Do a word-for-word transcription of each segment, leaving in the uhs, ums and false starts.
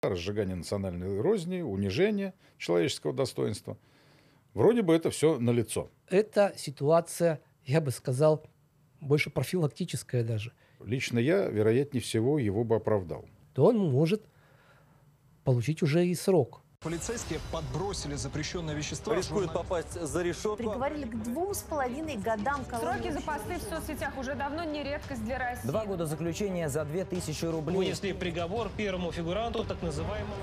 разжигание национальной розни, унижение человеческого достоинства. Вроде бы это все налицо. Это ситуация, я бы сказал, больше профилактическая даже. Лично я, вероятнее всего, его бы оправдал. То он может получить уже и срок. Полицейские подбросили запрещенное вещество. Рискует попасть за решетку. Приговорили к двум с половиной годам колонии. Сроки за посты в соцсетях уже давно не редкость для России. Два года заключения за две тысячи рублей. Вынесли приговор первому фигуранту так называемого...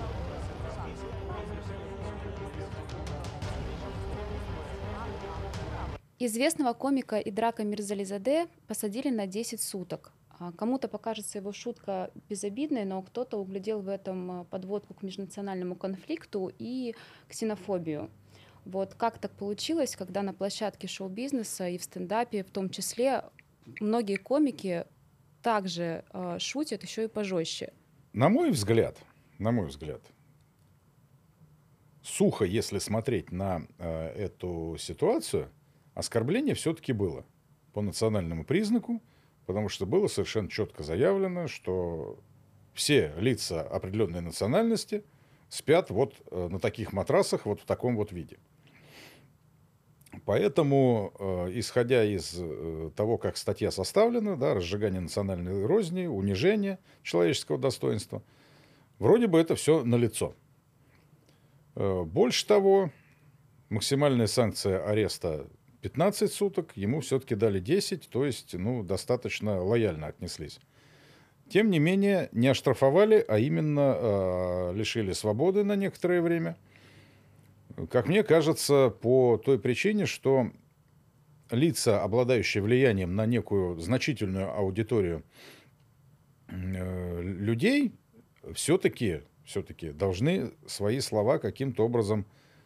Известного комика Идрака Мирзализаде посадили на десять суток. Кому-то покажется его шутка безобидной, но кто-то углядел в этом подводку к межнациональному конфликту и ксенофобию. Вот как так получилось, когда на площадке шоу-бизнеса и в стендапе в том числе многие комики также э, шутят еще и пожестче? На мой взгляд, на мой взгляд, сухо, если смотреть на э, эту ситуацию, оскорбление все-таки было по национальному признаку, потому что было совершенно четко заявлено, что все лица определенной национальности спят вот э, на таких матрасах, вот в таком вот виде. Поэтому, э, исходя из э, того, как статья составлена, да, разжигание национальной розни, унижение человеческого достоинства, вроде бы это все налицо. Э, больше того, максимальная санкция ареста пятнадцать суток, ему все-таки дали десять, то есть ну, достаточно лояльно отнеслись. Тем не менее, не оштрафовали, а именно э, лишили свободы на некоторое время. Как мне кажется, по той причине, что лица, обладающие влиянием на некую значительную аудиторию э, людей, все-таки, все-таки должны свои слова каким-то образом,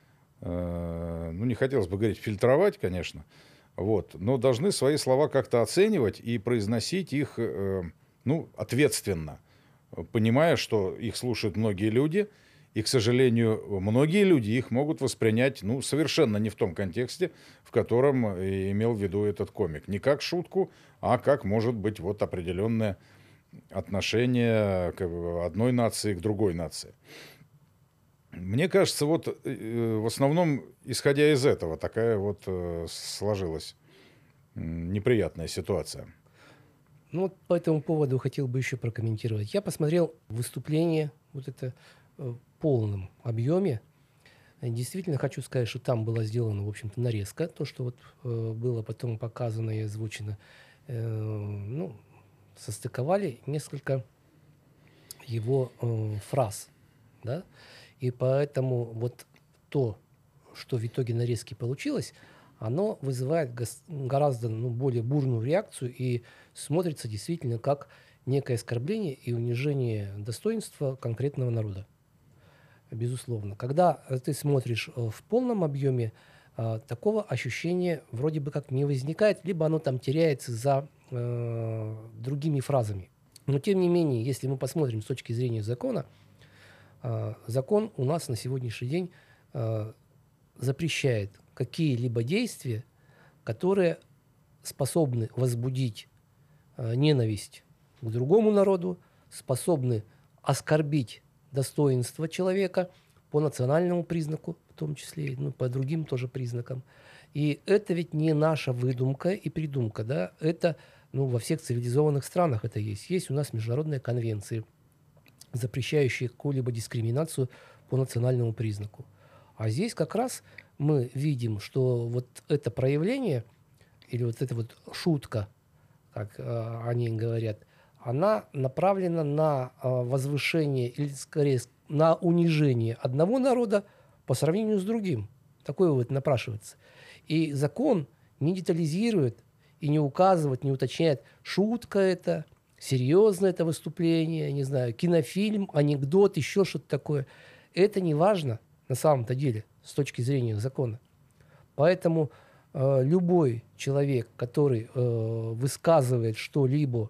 э, ну, не хотелось бы говорить фильтровать, конечно, вот, но должны свои слова как-то оценивать и произносить их э, ну, ответственно, понимая, что их слушают многие люди. И, к сожалению, многие люди их могут воспринять ну, совершенно не в том контексте, в котором имел в виду этот комик. Не как шутку, а как, может быть, вот определенное отношение к одной нации к другой нации. Мне кажется, вот в основном, исходя из этого, такая вот сложилась неприятная ситуация. Ну, вот по этому поводу хотел бы еще прокомментировать. Я посмотрел выступление вот это в полном объеме. Действительно хочу сказать, что там была сделана, в общем-то, нарезка. То, что вот э, было потом показано и озвучено, э, ну, состыковали несколько его э, фраз, да, и поэтому вот то, что в итоге нарезки получилось, оно вызывает гос- гораздо ну, более бурную реакцию и смотрится действительно как некое оскорбление и унижение достоинства конкретного народа. Безусловно. Когда ты смотришь в полном объеме, такого ощущения вроде бы как не возникает, либо оно там теряется за э, другими фразами. Но тем не менее, если мы посмотрим с точки зрения закона, э, закон у нас на сегодняшний день э, запрещает какие-либо действия, которые способны возбудить э, ненависть к другому народу, способны оскорбить достоинство человека по национальному признаку, в том числе, ну, по другим тоже признакам. И это ведь не наша выдумка и придумка, да, это, ну, во всех цивилизованных странах это есть. Есть у нас международные конвенции, запрещающие какую-либо дискриминацию по национальному признаку. А здесь как раз мы видим, что вот это проявление, или вот эта вот шутка, как э, они говорят, она направлена на э, возвышение или, скорее, на унижение одного народа по сравнению с другим. Такое вот напрашивается. И закон не детализирует и не указывает, не уточняет, шутка это, серьезное это выступление, не знаю, кинофильм, анекдот, еще что-то такое. Это не важно на самом-то деле с точки зрения закона. Поэтому э, любой человек, который э, высказывает что-либо,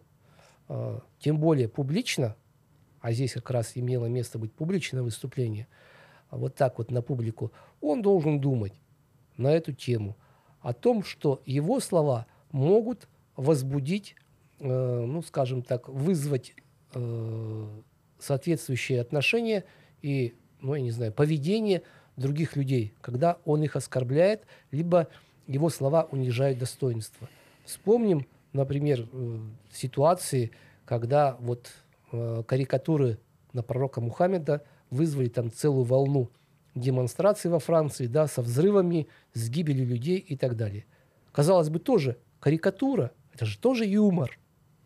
тем более публично, а здесь как раз имело место быть публичное выступление, вот так вот на публику, он должен думать на эту тему, о том, что его слова могут возбудить, э, ну, скажем так, вызвать э, соответствующее отношение и, ну, я не знаю, поведение других людей, когда он их оскорбляет, либо его слова унижают достоинство. Вспомним, например, э, ситуации, когда вот э, карикатуры на пророка Мухаммеда вызвали там целую волну демонстраций во Франции, да, со взрывами, с гибелью людей и так далее. Казалось бы, тоже карикатура, это же тоже юмор.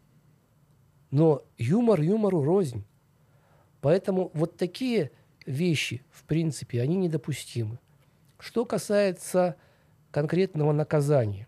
Но юмор юмору рознь. Поэтому вот такие вещи, в принципе, они недопустимы. Что касается конкретного наказания,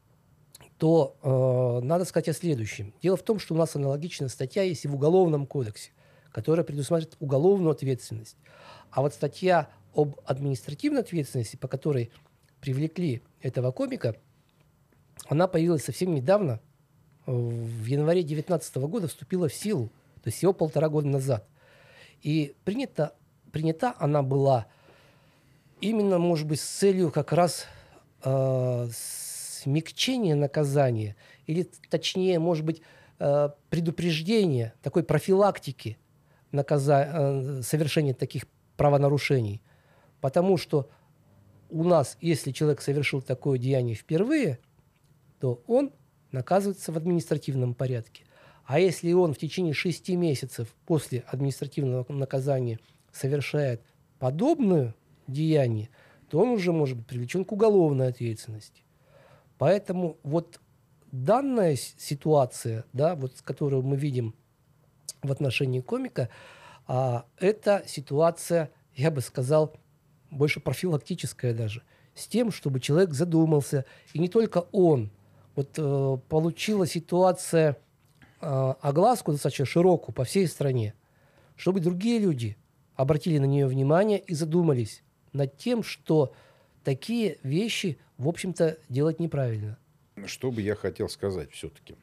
то э, надо сказать о следующем. Дело в том, что у нас аналогичная статья есть и в Уголовном кодексе, которая предусматривает уголовную ответственность. А вот статья об административной ответственности, по которой привлекли этого комика, она появилась совсем недавно, в январе две тысячи девятнадцатого года вступила в силу, то есть всего полтора года назад. И принята, принята она была именно, может быть, с целью как раз э, смягчения наказания, или точнее, может быть, э, предупреждения, такой профилактики наказа... э, совершения таких правонарушений. Потому что у нас, если человек совершил такое деяние впервые, то он наказывается в административном порядке. А если он в течение шести месяцев после административного наказания совершает подобное деяние, то он уже может быть привлечен к уголовной ответственности. Поэтому вот данная ситуация, да, вот, которую мы видим в отношении комика, а, это ситуация, я бы сказал, больше профилактическая даже, с тем, чтобы человек задумался, и не только он. Вот э, получила ситуация э, огласку достаточно широкую по всей стране, чтобы другие люди обратили на нее внимание и задумались над тем, что такие вещи, в общем-то, делать неправильно. Что бы я хотел сказать все-таки?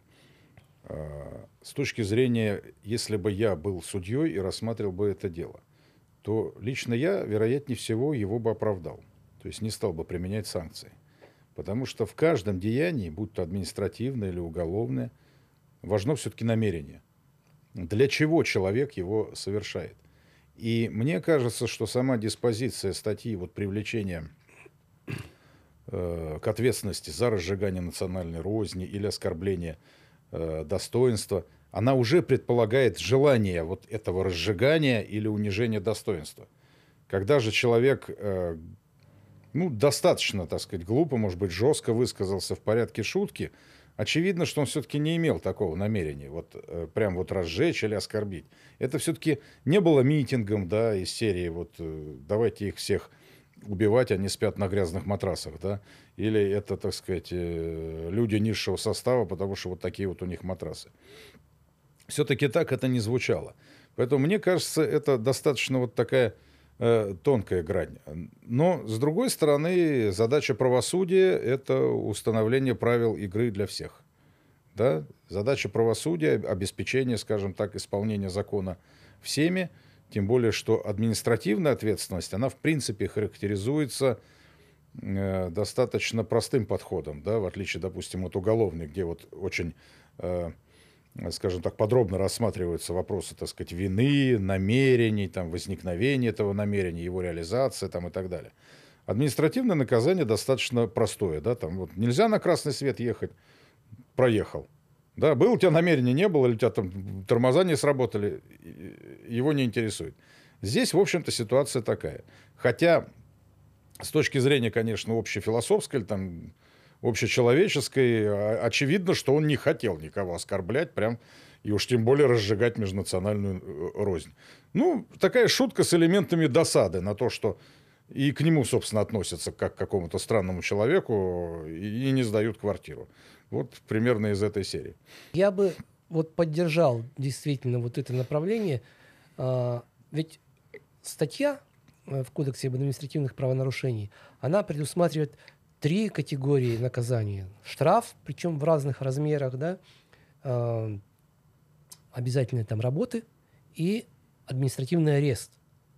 С точки зрения, если бы я был судьей и рассматривал бы это дело, то лично я, вероятнее всего, его бы оправдал. То есть не стал бы применять санкции. Потому что в каждом деянии, будь то административное или уголовное, важно все-таки намерение. Для чего человек его совершает? И мне кажется, что сама диспозиция статьи вот, привлечения э, к ответственности за разжигание национальной розни или оскорбление э, достоинства, она уже предполагает желание вот этого разжигания или унижения достоинства. Когда же человек... Э, ну, достаточно, так сказать, глупо, может быть, жестко высказался в порядке шутки, очевидно, что он все-таки не имел такого намерения, вот э, прям вот разжечь или оскорбить. Это все-таки не было митингом, да, из серии вот э, давайте их всех убивать, они спят на грязных матрасах, да, или это, так сказать, э, люди низшего состава, потому что вот такие вот у них матрасы. Все-таки так это не звучало. Поэтому, мне кажется, это достаточно вот такая... тонкая грань. Но, с другой стороны, задача правосудия – это установление правил игры для всех. Да? Задача правосудия – обеспечение, скажем так, исполнения закона всеми, тем более, что административная ответственность, она, в принципе, характеризуется э, достаточно простым подходом, да? В отличие, допустим, от уголовной, где вот очень... Э, скажем так, подробно рассматриваются вопросы, так сказать, вины, намерений, там, возникновения этого намерения, его реализация там, и так далее. Административное наказание достаточно простое. Да? Там, вот, нельзя на красный свет ехать, проехал. Да? Было у тебя намерение, не было, или у тебя там тормоза не сработали, его не интересует. Здесь, в общем-то, ситуация такая. Хотя, с точки зрения, конечно, общефилософской, там, общечеловеческой, очевидно, что он не хотел никого оскорблять, прям, и уж тем более разжигать межнациональную рознь. Ну, такая шутка с элементами досады на то, что и к нему, собственно, относятся как к какому-то странному человеку и не сдают квартиру. Вот примерно из этой серии. Я бы вот поддержал действительно вот это направление. А, ведь статья в Кодексе об административных правонарушениях, она предусматривает три категории наказания. Штраф, причем в разных размерах, да, э, обязательные там работы и административный арест.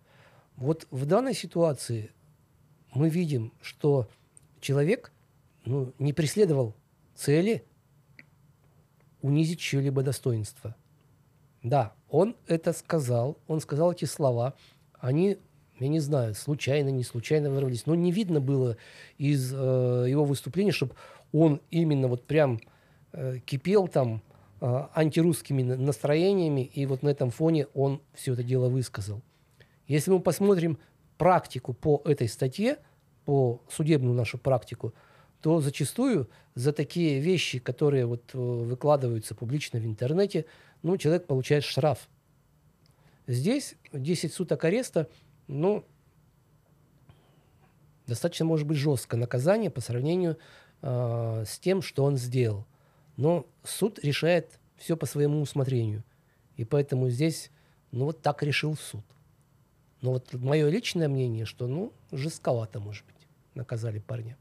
Вот в данной ситуации мы видим, что человек ну, не преследовал цели унизить чье-либо достоинство. Да, Он это сказал, он сказал эти слова. Они, я не знаю, случайно, не случайно вырвались, но не видно было из э, его выступления, чтобы он именно вот прям э, кипел там э, антирусскими настроениями, и вот на этом фоне он все это дело высказал. Если мы посмотрим практику по этой статье, по судебную нашу практику, то зачастую за такие вещи, которые вот э, выкладываются публично в интернете, ну, человек получает штраф. Здесь десять суток ареста, ну, достаточно, может быть, жесткое наказание по сравнению э, с тем, что он сделал. Но суд решает все по своему усмотрению. И поэтому здесь, ну, вот так решил суд. Но вот мое личное мнение, что, ну, жестковато, может быть, наказали парня.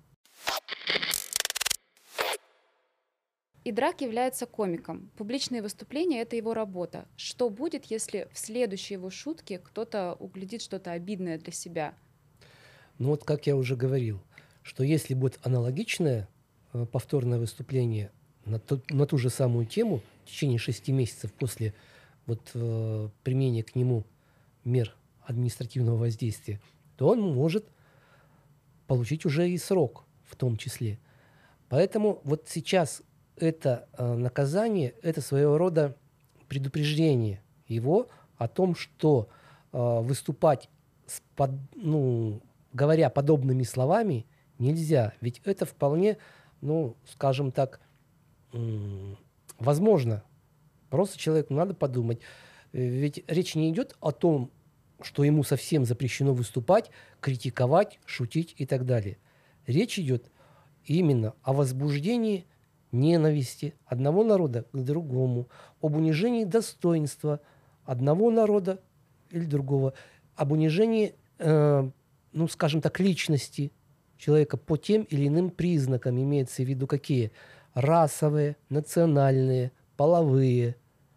Идрак является комиком. Публичные выступления — это его работа. Что будет, если в следующей его шутке кто-то углядит что-то обидное для себя? Ну вот, как я уже говорил, что если будет аналогичное э, повторное выступление на ту, на ту же самую тему в течение шести месяцев после вот, э, применения к нему мер административного воздействия, то он может получить уже и срок в том числе. Поэтому вот сейчас это э, наказание, это своего рода предупреждение его о том, что э, выступать, с под, ну, говоря подобными словами, нельзя. Ведь это вполне, ну, скажем так, м- возможно. Просто человеку надо подумать. Ведь речь не идет о том, что ему совсем запрещено выступать, критиковать, шутить и так далее. Речь идет именно о возбуждении ненависти одного народа к другому, об унижении достоинства одного народа или другого, об унижении, э, ну, скажем так, личности человека по тем или иным признакам, имеется в виду какие? Расовые, национальные, половые,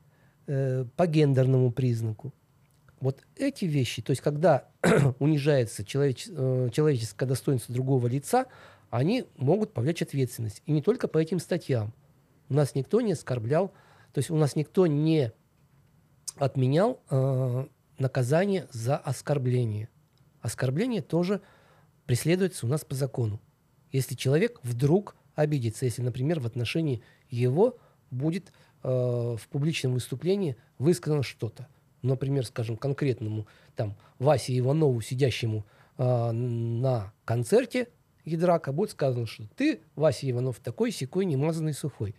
э, по гендерному признаку. Вот эти вещи, то есть когда унижается человеч, э, человеческое достоинство другого лица, они могут повлечь ответственность. И не только по этим статьям. У нас никто не оскорблял, то есть у нас никто не отменял э, наказание за оскорбление. Оскорбление тоже преследуется у нас по закону. Если человек вдруг обидится, если, например, в отношении его будет э, в публичном выступлении высказано что-то. Например, скажем, конкретному там, Васе Иванову, сидящему э, на концерте Идрака, будет сказано, что ты, Вася Иванов, такой-сякой, немазанный, сухой.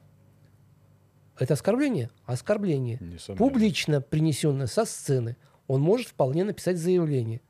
Это оскорбление? Оскорбление. Несомненно. Публично принесенное со сцены. Он может вполне написать заявление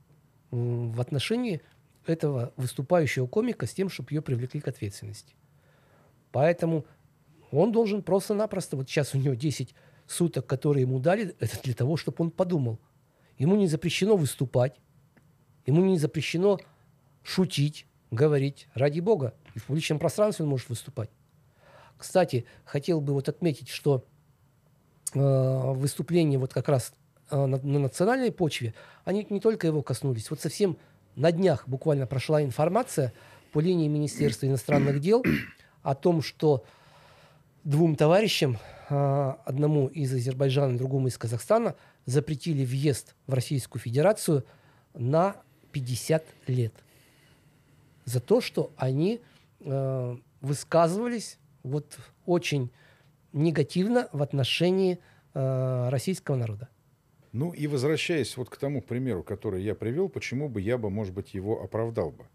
в отношении этого выступающего комика с тем, чтобы ее привлекли к ответственности. Поэтому он должен просто-напросто, вот сейчас у него десять суток, которые ему дали, это для того, чтобы он подумал. Ему не запрещено выступать, ему не запрещено шутить, говорить, ради Бога. И в публичном пространстве он может выступать. Кстати, хотел бы вот отметить, что э, выступления вот как раз э, на, на национальной почве, они не только его коснулись. Вот совсем на днях буквально прошла информация по линии Министерства иностранных дел о том, что двум товарищам, э, одному из Азербайджана, другому из Казахстана, запретили въезд в Российскую Федерацию на пятьдесят лет. За то, что они э, высказывались вот очень негативно в отношении э, российского народа. Ну и возвращаясь вот к тому примеру, который я привел, почему бы я бы, может быть, его оправдал бы.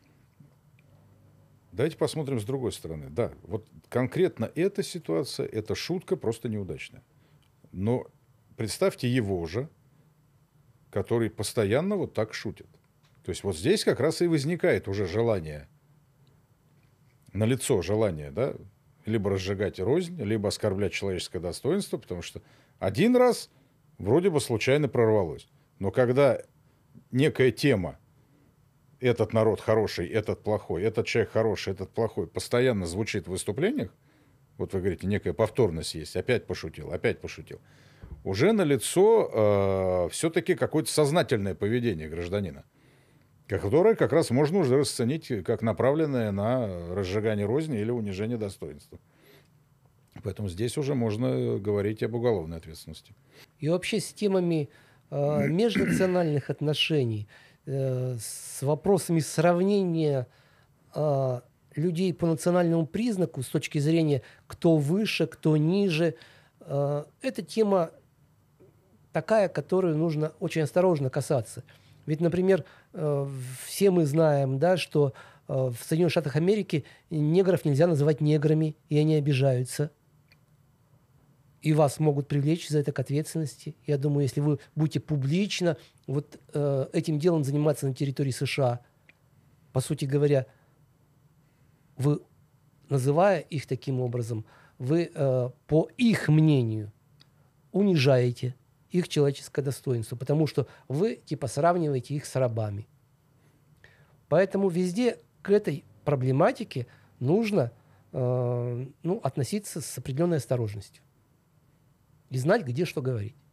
Давайте посмотрим с другой стороны. Да, вот конкретно эта ситуация, эта шутка просто неудачная. Но представьте его же, который постоянно вот так шутит. То есть вот здесь как раз и возникает уже желание, налицо желание, да, либо разжигать рознь, либо оскорблять человеческое достоинство, потому что один раз вроде бы случайно прорвалось. Но когда некая тема, этот народ хороший, этот плохой, этот человек хороший, этот плохой, постоянно звучит в выступлениях, вот вы говорите, некая повторность есть, опять пошутил, опять пошутил, уже налицо э, все-таки какое-то сознательное поведение гражданина, которое как раз можно уже расценить как направленное на разжигание розни или унижение достоинства. Поэтому здесь уже можно говорить об уголовной ответственности. И вообще с темами э, межнациональных отношений, э, с вопросами сравнения э, людей по национальному признаку с точки зрения, кто выше, кто ниже, э, эта тема такая, которую нужно очень осторожно касаться. Ведь, например, э, все мы знаем, да, что э, в Соединенных Штатах Америки негров нельзя называть неграми, и они обижаются. И вас могут привлечь за это к ответственности. Я думаю, если вы будете публично вот э, этим делом заниматься на территории США, по сути говоря, вы, называя их таким образом, вы э, по их мнению унижаете их человеческое достоинство, потому что вы типа сравниваете их с рабами. Поэтому везде к этой проблематике нужно э, ну, относиться с определенной осторожностью и знать, где что говорить.